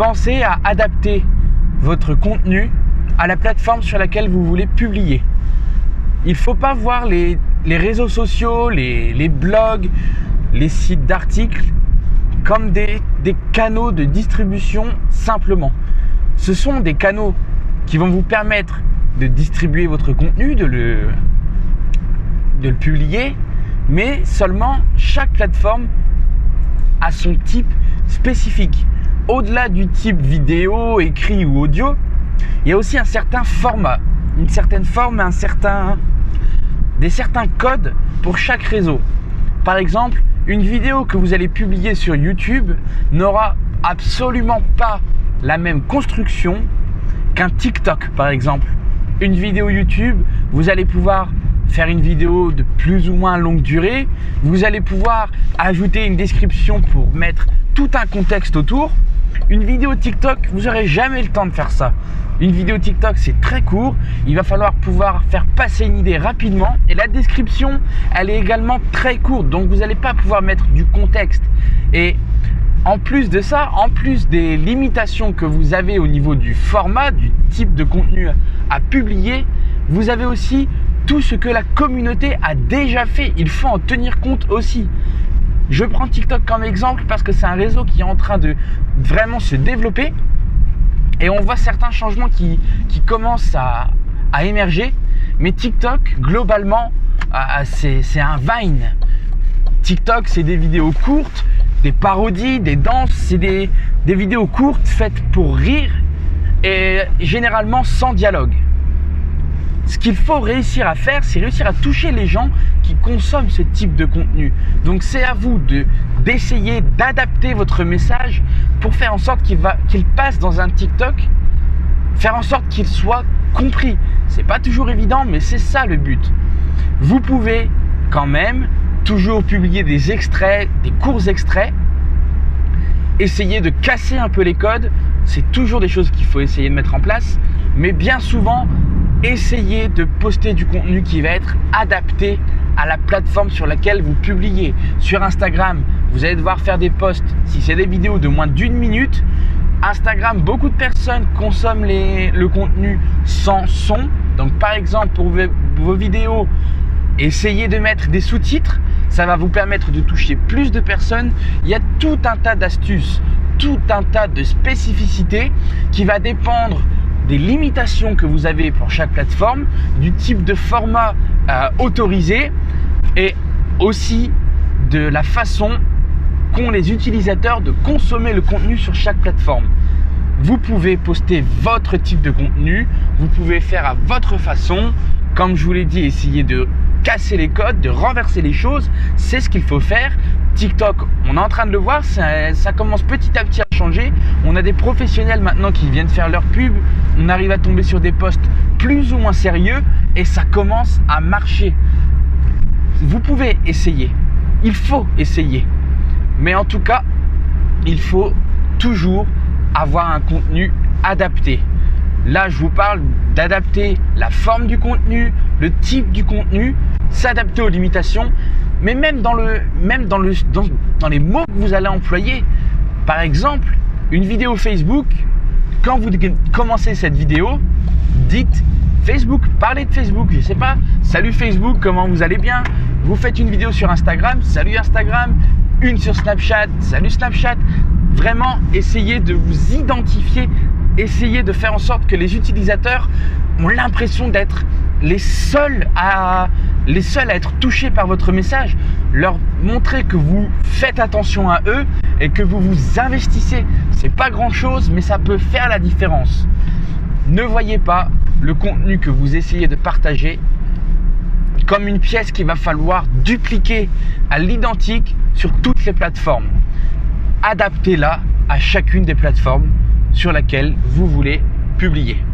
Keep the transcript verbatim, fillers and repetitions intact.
pensez à adapter votre contenu à la plateforme sur laquelle vous voulez publier. Il ne faut pas voir les, les réseaux sociaux, les, les blogs, les sites d'articles comme des, des canaux de distribution simplement. Ce sont des canaux qui vont vous permettre de distribuer votre contenu, de le, de le publier, mais seulement chaque plateforme a son type spécifique. Au-delà du type vidéo, écrit ou audio, il y a aussi un certain format, une certaine forme, un certain, des certains codes pour chaque réseau. Par exemple, une vidéo que vous allez publier sur YouTube n'aura absolument pas la même construction qu'un TikTok, par exemple. Une vidéo YouTube, vous allez pouvoir faire une vidéo de plus ou moins longue durée. Vous allez pouvoir ajouter une description pour mettre tout un contexte autour. Une vidéo TikTok, vous n'aurez jamais le temps de faire ça. Une vidéo TikTok, c'est très court. Il va falloir pouvoir faire passer une idée rapidement. Et la description, elle est également très courte. Donc, vous n'allez pas pouvoir mettre du contexte. Et en plus de ça, en plus des limitations que vous avez au niveau du format, du type de contenu à publier, vous avez aussi tout ce que la communauté a déjà fait. Il faut en tenir compte aussi. Je prends TikTok comme exemple parce que c'est un réseau qui est en train de vraiment se développer et on voit certains changements qui, qui commencent à, à émerger. Mais TikTok, globalement, euh, c'est, c'est un Vine. TikTok, c'est des vidéos courtes, des parodies, des danses, c'est des, des vidéos courtes faites pour rire et généralement sans dialogue. Ce qu'il faut réussir à faire, c'est réussir à toucher les gens qui consomment ce type de contenu. Donc, c'est à vous de, d'essayer d'adapter votre message pour faire en sorte qu'il, va, qu'il passe dans un TikTok, faire en sorte qu'il soit compris. C'est pas toujours évident, mais c'est ça le but. Vous pouvez quand même toujours publier des extraits, des courts extraits, essayer de casser un peu les codes. C'est toujours des choses qu'il faut essayer de mettre en place, mais bien souvent, essayez de poster du contenu qui va être adapté à la plateforme sur laquelle vous publiez. Sur Instagram, vous allez devoir faire des posts. Si c'est des vidéos de moins d'une minute, Instagram, beaucoup de personnes consomment les, le contenu sans son. Donc par exemple, pour vos, vos vidéos, essayez de mettre des sous-titres. Ça va vous permettre de toucher plus de personnes. Il y a tout un tas d'astuces, tout un tas de spécificités qui va dépendre des limitations que vous avez pour chaque plateforme, du type de format euh, autorisé et aussi de la façon qu'ont les utilisateurs de consommer le contenu sur chaque plateforme. Vous pouvez poster votre type de contenu, vous pouvez faire à votre façon. Comme je vous l'ai dit, essayez de casser les codes, de renverser les choses, c'est ce qu'il faut faire. TikTok, on est en train de le voir, ça, ça commence petit à petit à changer. On a des professionnels maintenant qui viennent faire leur pub, on arrive à tomber sur des posts plus ou moins sérieux et ça commence à marcher. Vous pouvez essayer, il faut essayer, mais en tout cas, il faut toujours avoir un contenu adapté. Là, je vous parle d'adapter la forme du contenu, le type du contenu, s'adapter aux limitations, mais même dans, le, même dans, le, dans, dans les mots que vous allez employer. Par exemple, une vidéo Facebook, quand vous commencez cette vidéo, dites Facebook, parlez de Facebook, je ne sais pas, salut Facebook, comment vous allez bien? Vous faites une vidéo sur Instagram, salut Instagram, une sur Snapchat, salut Snapchat. Vraiment, essayez de vous identifier. Essayez de faire en sorte que les utilisateurs ont l'impression d'être les seuls à, les seuls à être touchés par votre message. Leur montrer que vous faites attention à eux et que vous vous investissez. C'est pas grand chose, mais ça peut faire la différence. Ne voyez pas le contenu que vous essayez de partager comme une pièce qu'il va falloir dupliquer à l'identique sur toutes les plateformes. Adaptez-la à chacune des plateformes sur laquelle vous voulez publier.